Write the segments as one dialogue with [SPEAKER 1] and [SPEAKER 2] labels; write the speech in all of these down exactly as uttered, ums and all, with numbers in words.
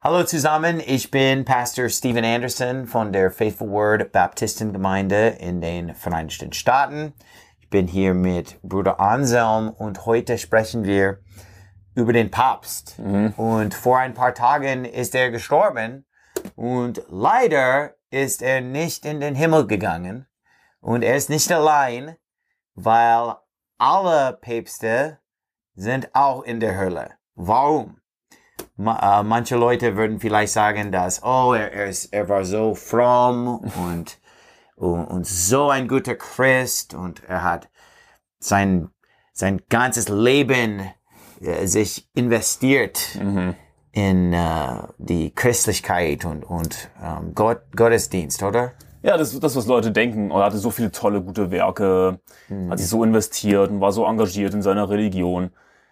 [SPEAKER 1] Hallo zusammen, ich bin Pastor Steven Anderson von der Faithful Word Baptistengemeinde in den Vereinigten Staaten. Ich bin hier mit Bruder Anselm und heute sprechen wir über den Papst. Mhm. Und vor ein paar Tagen ist er gestorben und leider ist er nicht in den Himmel gegangen. Und er ist nicht allein, weil alle Päpste sind auch in der Hölle. Warum? Ma, äh, manche Leute würden vielleicht sagen, dass, oh, er, er, ist, er war so fromm und, und, und so ein guter Christ und er hat sein, sein ganzes Leben äh, sich investiert mhm. in äh, die Christlichkeit und, und ähm, Gott, Gottesdienst, oder?
[SPEAKER 2] Ja, das ist das, was Leute denken. Er hatte so viele tolle, gute Werke, mhm. hat sich so investiert und war so engagiert in seiner Religion.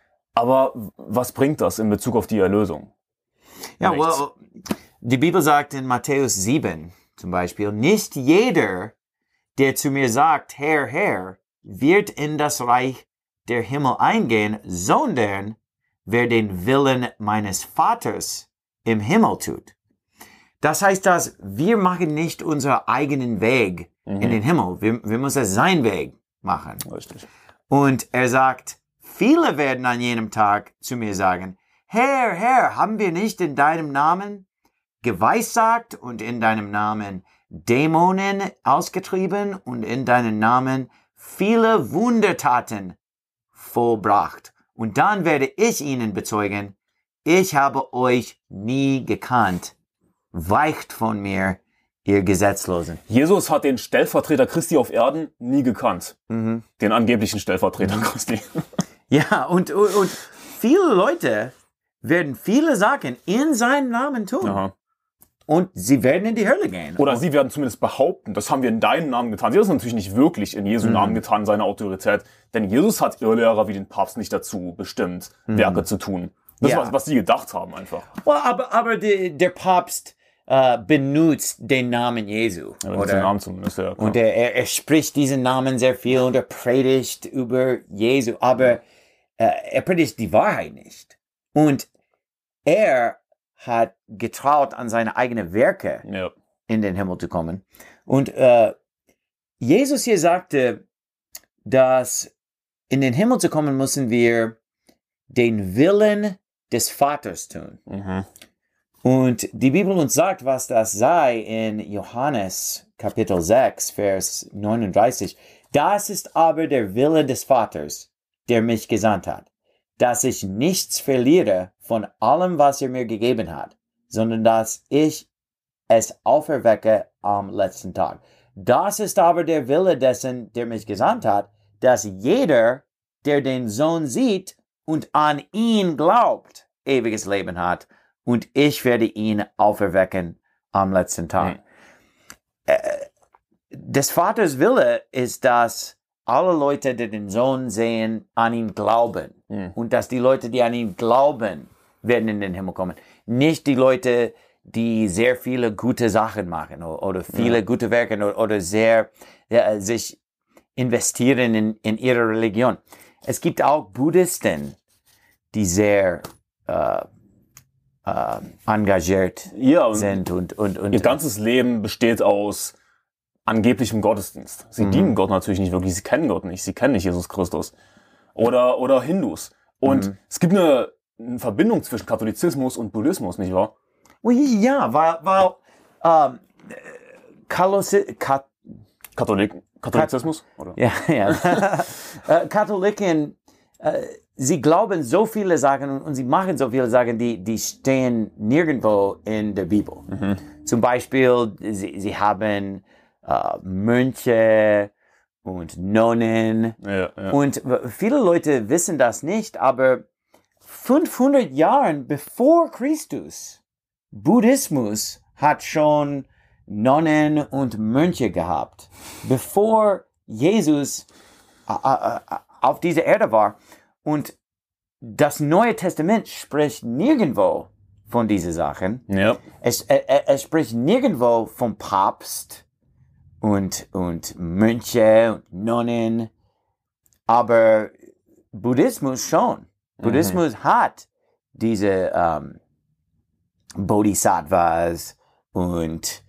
[SPEAKER 2] Aber was bringt das in Bezug auf die Erlösung?
[SPEAKER 1] Ja, well, die Bibel sagt in Matthäus sieben zum Beispiel, nicht jeder, der zu mir sagt, Herr, Herr, wird in das Reich der Himmel eingehen, sondern wer den Willen meines Vaters im Himmel tut. Das heißt, dass wir machen nicht unseren eigenen Weg mhm. in den Himmel. Wir, wir müssen seinen Weg machen.
[SPEAKER 2] Richtig.
[SPEAKER 1] Und er sagt, viele werden an jenem Tag zu mir sagen, Herr, Herr, haben wir nicht in deinem Namen geweissagt und in deinem Namen Dämonen ausgetrieben und in deinem Namen viele Wundertaten vollbracht? Und dann werde ich ihnen bezeugen, ich habe euch nie gekannt. Weicht von mir, ihr Gesetzlosen.
[SPEAKER 2] Jesus hat den Stellvertreter Christi auf Erden nie gekannt. Mhm. Den angeblichen Stellvertreter mhm. Christi.
[SPEAKER 1] Ja, und, und, und viele Leute werden viele Sachen in seinem Namen tun. Aha. Und sie werden in die Hölle gehen.
[SPEAKER 2] Oder
[SPEAKER 1] und
[SPEAKER 2] sie werden zumindest behaupten, das haben wir in deinem Namen getan. Sie haben es natürlich nicht wirklich in Jesu mhm. Namen getan, seine Autorität. Denn Jesus hat Irrlehrer wie den Papst nicht dazu bestimmt, mhm. Werke zu tun. Das ja. ist, was, was sie gedacht haben einfach.
[SPEAKER 1] Well, aber aber die, der Papst uh, benutzt den Namen Jesu.
[SPEAKER 2] Ja, oder? Den Namen zumindest, ja,
[SPEAKER 1] und er, er, er spricht diesen Namen sehr viel und er predigt über Jesu. Aber uh, er predigt die Wahrheit nicht. Und er hat getraut, an seine eigenen Werke ja. in den Himmel zu kommen. Und äh, Jesus hier sagte, dass in den Himmel zu kommen, müssen wir den Willen des Vaters tun. Mhm. Und die Bibel uns sagt, was das sei in Johannes Kapitel sechs, Vers neununddreißig. Das ist aber der Wille des Vaters, der mich gesandt hat, dass ich nichts verliere von allem, was er mir gegeben hat, sondern dass ich es auferwecke am letzten Tag. Das ist aber der Wille dessen, der mich gesandt hat, dass jeder, der den Sohn sieht und an ihn glaubt, ewiges Leben hat, und ich werde ihn auferwecken am letzten Tag. Mhm. Äh, des Vaters Wille ist, dass alle Leute, die den Sohn sehen, an ihn glauben. Mhm. Und dass die Leute, die an ihn glauben, werden in den Himmel kommen. Nicht die Leute, die sehr viele gute Sachen machen oder, oder viele ja. gute Werke oder, oder sehr ja, sich investieren in, in ihre Religion. Es gibt auch Buddhisten, die sehr äh, äh, engagiert
[SPEAKER 2] ja, und
[SPEAKER 1] sind. Und, und, und
[SPEAKER 2] ihr ganzes Leben besteht aus angeblichem Gottesdienst. Sie mhm. dienen Gott natürlich nicht wirklich, sie kennen Gott nicht, sie kennen nicht Jesus Christus. Oder, oder Hindus. Und mhm. es gibt eine, eine Verbindung zwischen Katholizismus und Buddhismus, nicht wahr?
[SPEAKER 1] Well, ja, weil, weil ähm, Kalosi- Kat-
[SPEAKER 2] Katholik, Katholizismus?
[SPEAKER 1] Kat-
[SPEAKER 2] oder?
[SPEAKER 1] Ja, ja. äh, Katholiken, äh, sie glauben so viele Sachen und, und sie machen so viele Sachen, die, die stehen nirgendwo in der Bibel. Mhm. Zum Beispiel, sie, sie haben Uh, Mönche und Nonnen.
[SPEAKER 2] Ja, ja.
[SPEAKER 1] Und viele Leute wissen das nicht, aber fünfhundert Jahre bevor Christus, Buddhismus hat schon Nonnen und Mönche gehabt. Bevor Jesus uh, uh, uh, auf dieser Erde war. Und das Neue Testament spricht nirgendwo von diesen Sachen.
[SPEAKER 2] Ja.
[SPEAKER 1] Es, es, es spricht nirgendwo vom Papst und, und Mönche und Nonnen, aber Buddhismus schon. Buddhismus mhm. hat diese, ähm, Bodhisattvas und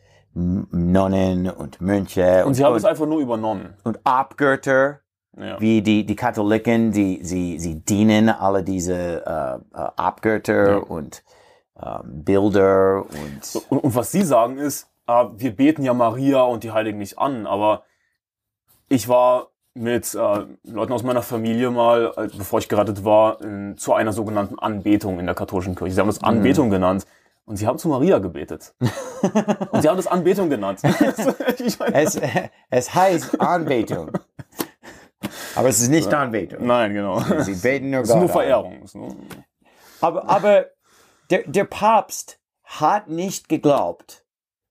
[SPEAKER 1] Nonnen und Mönche.
[SPEAKER 2] Und, und sie haben und, es einfach nur übernommen.
[SPEAKER 1] Und Abgötter,
[SPEAKER 2] ja.
[SPEAKER 1] wie die, die Katholiken, die, sie, sie dienen alle diese äh, Abgötter ja. und äh, Bilder. Und,
[SPEAKER 2] und, und was sie sagen ist, äh, wir beten ja Maria und die Heiligen nicht an, aber ich war mit äh, Leuten aus meiner Familie mal, äh, bevor ich gerettet war, in, zu einer sogenannten Anbetung in der katholischen Kirche. Sie haben das Anbetung mhm. genannt. Und sie haben zu Maria gebetet. Und sie haben das Anbetung genannt.
[SPEAKER 1] es, es heißt Anbetung. Aber es ist nicht Anbetung.
[SPEAKER 2] Nein, genau.
[SPEAKER 1] Sie beten nur Gott.
[SPEAKER 2] Es ist nur Verehrung. Ist nur
[SPEAKER 1] aber aber der, der Papst hat nicht geglaubt,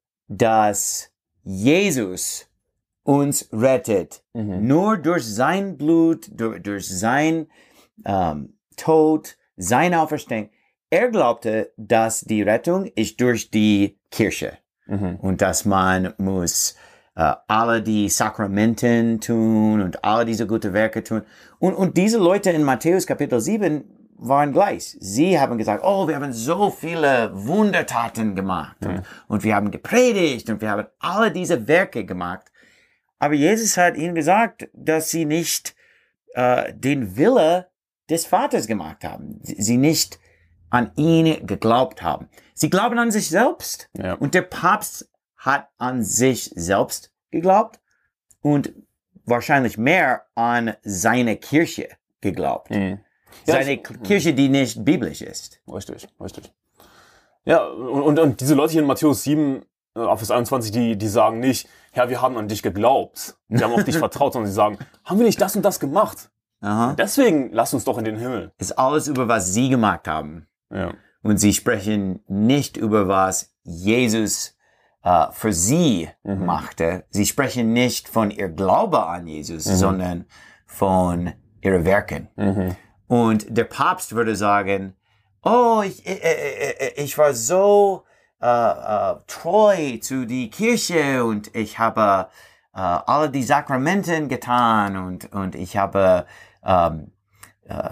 [SPEAKER 1] dass Jesus uns rettet. Mhm. Nur durch sein Blut, durch, durch sein ähm, Tod, seine Auferstehung. Er glaubte, dass die Rettung ist durch die Kirche mhm. und dass man muss äh, alle die Sakramenten tun und alle diese guten Werke tun. Und, und diese Leute in Matthäus Kapitel sieben waren gleich. Sie haben gesagt, oh, wir haben so viele Wundertaten gemacht mhm. und, und wir haben gepredigt und wir haben alle diese Werke gemacht. Aber Jesus hat ihnen gesagt, dass sie nicht äh, den Wille des Vaters gemacht haben. Sie, sie nicht an ihn geglaubt haben. Sie glauben an sich selbst.
[SPEAKER 2] Ja.
[SPEAKER 1] Und der Papst hat an sich selbst geglaubt und wahrscheinlich mehr an seine Kirche geglaubt.
[SPEAKER 2] Mhm.
[SPEAKER 1] Seine
[SPEAKER 2] ja, ich,
[SPEAKER 1] Kirche, die nicht biblisch ist.
[SPEAKER 2] Richtig, richtig. Ja, und, und, und diese Leute hier in Matthäus sieben, Vers einundzwanzig, die, die sagen nicht, Herr, wir haben an dich geglaubt. Wir haben auf dich vertraut, sondern sie sagen, haben wir nicht das und das gemacht?
[SPEAKER 1] Aha.
[SPEAKER 2] Deswegen lass uns doch in den Himmel.
[SPEAKER 1] Ist alles über was sie gemacht haben.
[SPEAKER 2] Ja.
[SPEAKER 1] Und sie sprechen nicht über was Jesus äh, für sie mhm. machte. Sie sprechen nicht von ihr Glaube an Jesus, mhm. sondern von ihren Werken.
[SPEAKER 2] Mhm.
[SPEAKER 1] Und der Papst würde sagen, oh, ich, ich, ich war so äh, äh, treu zu die Kirche und ich habe äh, alle die Sakramenten getan und, und ich habe ähm, äh,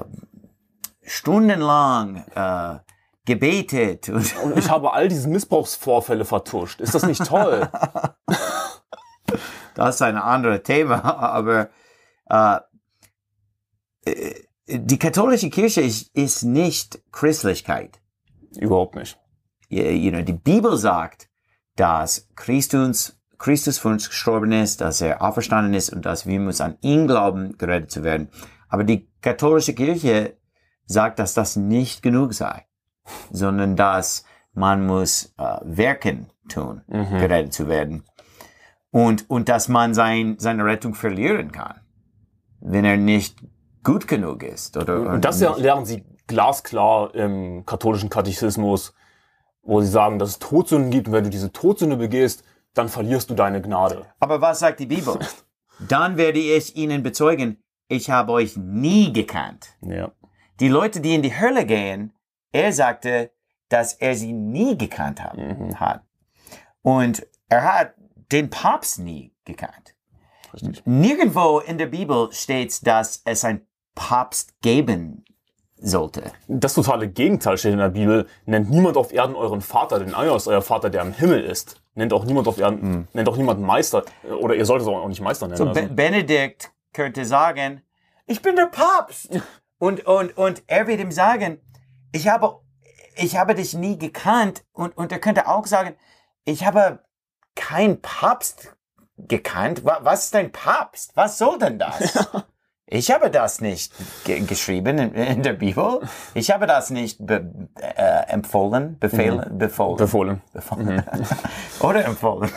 [SPEAKER 1] stundenlang äh, gebetet. Und,
[SPEAKER 2] und ich habe all diese Missbrauchsvorfälle vertuscht. Ist das nicht toll?
[SPEAKER 1] Das ist ein anderes Thema, aber äh, die katholische Kirche ist, ist nicht Christlichkeit.
[SPEAKER 2] Überhaupt nicht.
[SPEAKER 1] You know, die Bibel sagt, dass Christus, Christus für uns gestorben ist, dass er auferstanden ist und dass wir müssen an ihn glauben, gerettet zu werden. Aber die katholische Kirche sagt, dass das nicht genug sei, sondern dass man muss äh, Werken tun, mhm. gerettet zu werden. Und, und dass man sein, seine Rettung verlieren kann, wenn er nicht gut genug ist. Oder,
[SPEAKER 2] und das
[SPEAKER 1] nicht.
[SPEAKER 2] lernen sie glasklar im katholischen Katechismus, wo sie sagen, dass es Todsünden gibt und wenn du diese Todsünde begehst, dann verlierst du deine Gnade.
[SPEAKER 1] Aber was sagt die Bibel? Dann werde ich ihnen bezeugen, ich habe euch nie gekannt.
[SPEAKER 2] Ja.
[SPEAKER 1] Die Leute, die in die Hölle gehen, er sagte, dass er sie nie gekannt hat. Mhm. hat. Und er hat den Papst nie gekannt.
[SPEAKER 2] Richtig.
[SPEAKER 1] Nirgendwo in der Bibel steht, dass es ein Papst geben sollte.
[SPEAKER 2] Das totale Gegenteil steht in der Bibel. Nennt niemand auf Erden euren Vater, denn einer ist euer Vater, der im Himmel ist. Nennt auch niemand auf Erden, mhm. nennt auch niemanden Meister. Oder ihr solltet es auch nicht Meister nennen.
[SPEAKER 1] So,
[SPEAKER 2] also.
[SPEAKER 1] Be- Benedikt könnte sagen, ich bin der Papst. und, und, und er wird ihm sagen, ich habe, ich habe dich nie gekannt. Und, und er könnte auch sagen, ich habe keinen Papst gekannt. Was ist ein Papst? Was soll denn das? Ich habe das nicht ge- geschrieben in, in der Bibel. Ich habe das nicht be- äh, empfohlen, befehlen,
[SPEAKER 2] mhm.
[SPEAKER 1] befohlen.
[SPEAKER 2] Befohlen.
[SPEAKER 1] befohlen.
[SPEAKER 2] Mhm.
[SPEAKER 1] Oder empfohlen.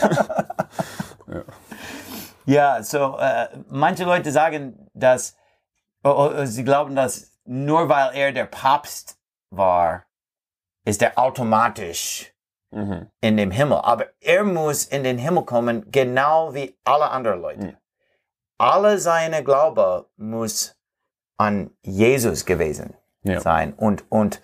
[SPEAKER 2] ja.
[SPEAKER 1] Ja, so äh, manche Leute sagen, dass oh, oh, sie glauben, dass nur weil er der Papst war, ist er automatisch mhm. in dem Himmel. Aber er muss in den Himmel kommen, genau wie alle anderen Leute. Mhm. Alle seine Glaube muss an Jesus gewesen ja. sein. Und, und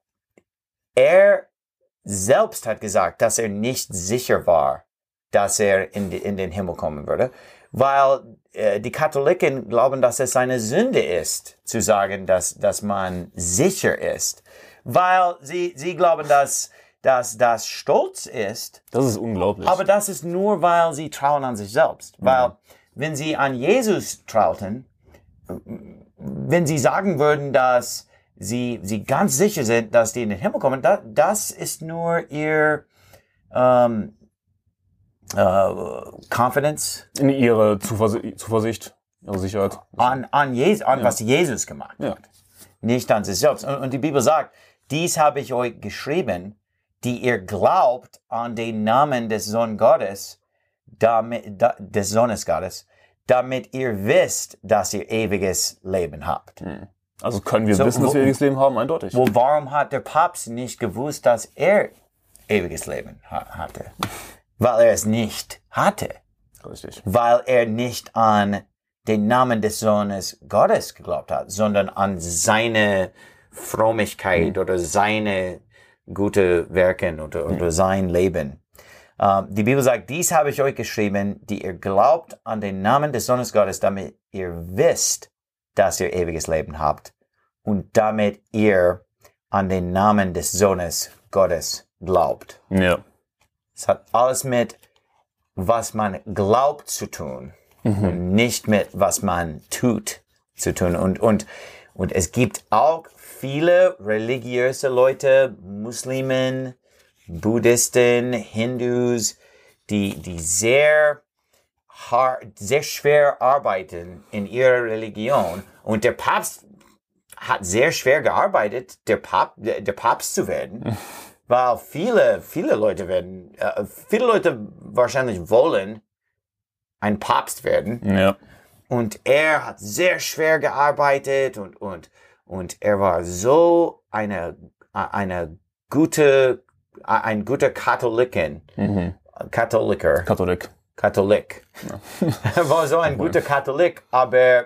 [SPEAKER 1] er selbst hat gesagt, dass er nicht sicher war, dass er in, die, in den Himmel kommen würde, weil äh, die Katholiken glauben, dass es eine Sünde ist, zu sagen, dass, dass man sicher ist. weil sie, sie glauben, dass, dass das Stolz ist.
[SPEAKER 2] Das ist unglaublich.
[SPEAKER 1] Aber das ist nur, weil sie trauen an sich selbst. Weil, ja. wenn sie an Jesus trauten, wenn sie sagen würden, dass sie, sie ganz sicher sind, dass die in den Himmel kommen, da, das ist nur ihr ähm, äh, Confidence.
[SPEAKER 2] In ihre Zuversicht, Zuversicht, ihre Sicherheit.
[SPEAKER 1] An, an, Jesus, an
[SPEAKER 2] ja.
[SPEAKER 1] was Jesus gemacht hat.
[SPEAKER 2] Ja.
[SPEAKER 1] Nicht an sich selbst. Und, und die Bibel sagt, dies habe ich euch geschrieben, die ihr glaubt an den Namen des Sohn Gottes, damit, da, des Sohnes Gottes, damit ihr wisst, dass ihr ewiges Leben habt.
[SPEAKER 2] Hm. Also können wir
[SPEAKER 1] so,
[SPEAKER 2] wissen, dass
[SPEAKER 1] wo,
[SPEAKER 2] wir ewiges Leben haben? Eindeutig.
[SPEAKER 1] Wo, warum hat der Papst nicht gewusst, dass er ewiges Leben ha- hatte? Weil er es nicht hatte.
[SPEAKER 2] Richtig.
[SPEAKER 1] Weil er nicht an den Namen des Sohnes Gottes geglaubt hat, sondern an seine Frömmigkeit mhm. oder seine gute Werke oder, oder mhm. sein Leben. Uh, die Bibel sagt, dies habe ich euch geschrieben, die ihr glaubt an den Namen des Sohnes Gottes, damit ihr wisst, dass ihr ewiges Leben habt und damit ihr an den Namen des Sohnes Gottes glaubt.
[SPEAKER 2] Ja.
[SPEAKER 1] Es hat alles mit was man glaubt zu tun. Mhm. Und nicht mit was man tut zu tun. Und, und, und es gibt auch viele religiöse Leute, Muslimen, Buddhisten, Hindus, die, die sehr hart, sehr schwer arbeiten in ihrer Religion. Und der Papst hat sehr schwer gearbeitet, der, Pap, der, der Papst zu werden. Weil viele, viele Leute werden, äh, viele Leute wahrscheinlich wollen ein Papst werden.
[SPEAKER 2] Ja.
[SPEAKER 1] Und er hat sehr schwer gearbeitet und, und, und er war so eine, eine gute, ein guter Katholiken. Mhm. Katholiker.
[SPEAKER 2] Katholik.
[SPEAKER 1] Katholik. Ja. Er war so ein guter Katholik, aber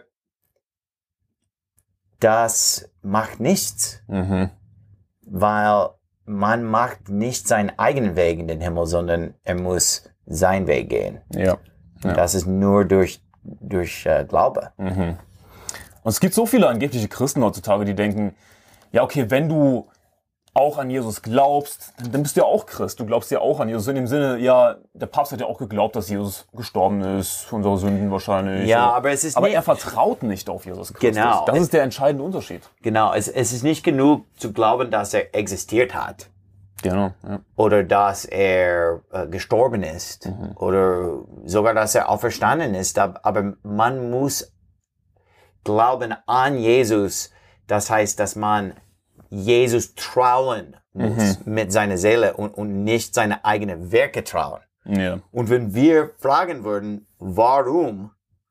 [SPEAKER 1] das macht nichts. Mhm. Weil man macht nicht seinen eigenen Weg in den Himmel, sondern er muss seinen Weg gehen.
[SPEAKER 2] Ja. Ja.
[SPEAKER 1] Und das ist nur durch, durch äh, Glaube.
[SPEAKER 2] Mhm. Und es gibt so viele angebliche Christen heutzutage, die denken, ja okay, wenn du auch an Jesus glaubst, dann bist du ja auch Christ. Du glaubst ja auch an Jesus. In dem Sinne, ja, der Papst hat ja auch geglaubt, dass Jesus gestorben ist, für unsere Sünden wahrscheinlich.
[SPEAKER 1] Ja, aber es ist
[SPEAKER 2] Aber
[SPEAKER 1] nicht,
[SPEAKER 2] er vertraut nicht auf Jesus Christus.
[SPEAKER 1] Genau.
[SPEAKER 2] Das ist der entscheidende Unterschied.
[SPEAKER 1] Genau, es, es ist nicht genug zu glauben, dass er existiert hat.
[SPEAKER 2] Genau, ja.
[SPEAKER 1] Oder dass er äh, gestorben ist. Mhm. Oder sogar, dass er auferstanden ist. Aber man muss glauben an Jesus. Das heißt, dass man Jesus trauen muss mhm. mit seiner Seele und, und nicht seine eigenen Werke trauen.
[SPEAKER 2] Ja.
[SPEAKER 1] Und wenn wir fragen würden, warum,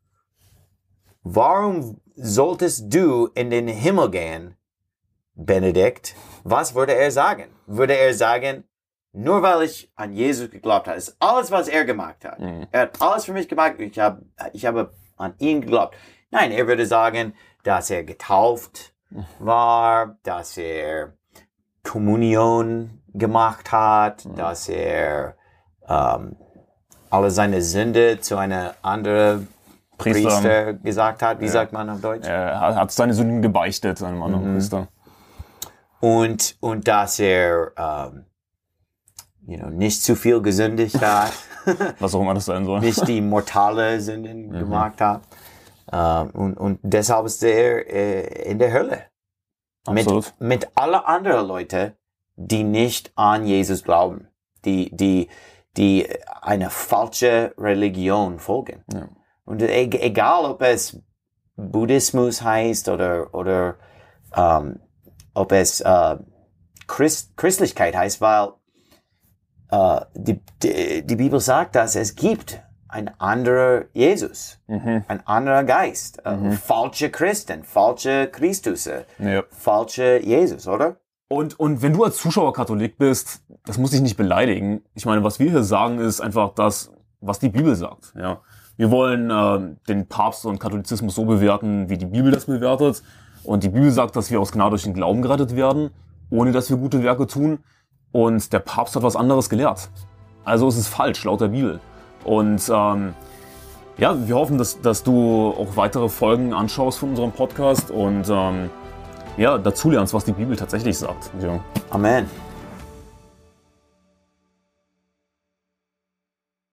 [SPEAKER 1] warum solltest du in den Himmel gehen, Benedikt, was würde er sagen? Würde er sagen, nur weil ich an Jesus geglaubt habe, ist alles, was er gemacht hat. Mhm. Er hat alles für mich gemacht, ich habe, ich habe an ihn geglaubt. Nein, er würde sagen, dass er getauft war, dass er Kommunion gemacht hat, mhm. dass er ähm, alle seine Sünde zu einer anderen Priester, Priester gesagt hat. Wie ja. sagt man auf Deutsch?
[SPEAKER 2] Er hat seine Sünden gebeichtet, einem anderen mhm. Priester.
[SPEAKER 1] Und, und dass er ähm, you know, nicht zu viel gesündigt hat.
[SPEAKER 2] Was auch immer das sein soll.
[SPEAKER 1] Nicht die mortale Sünden mhm. gemacht hat. Uh, und, und deshalb ist er äh, in der Hölle. Mit, mit allen anderen Leuten, die nicht an Jesus glauben. Die, die, die eine falsche Religion folgen. Ja. Und e- egal, ob es Buddhismus heißt oder, oder um, ob es uh, Christ, Christlichkeit heißt, weil uh, die, die, die Bibel sagt, dass es gibt ein anderer Jesus, mhm. ein anderer Geist, mhm. äh, falsche Christen, falsche Christus, ja. falsche Jesus, oder?
[SPEAKER 2] Und, und wenn du als Zuschauer Katholik bist, das muss dich nicht beleidigen. Ich meine, was wir hier sagen, ist einfach das, was die Bibel sagt. Ja, wir wollen äh, den Papst und Katholizismus so bewerten, wie die Bibel das bewertet. Und die Bibel sagt, dass wir aus Gnade durch den Glauben gerettet werden, ohne dass wir gute Werke tun. Und der Papst hat was anderes gelehrt. Also es ist falsch, laut der Bibel. Und ähm, ja, wir hoffen, dass, dass du auch weitere Folgen anschaust von unserem Podcast und ähm, ja, dazulernst, was die Bibel tatsächlich sagt. Ja.
[SPEAKER 1] Amen.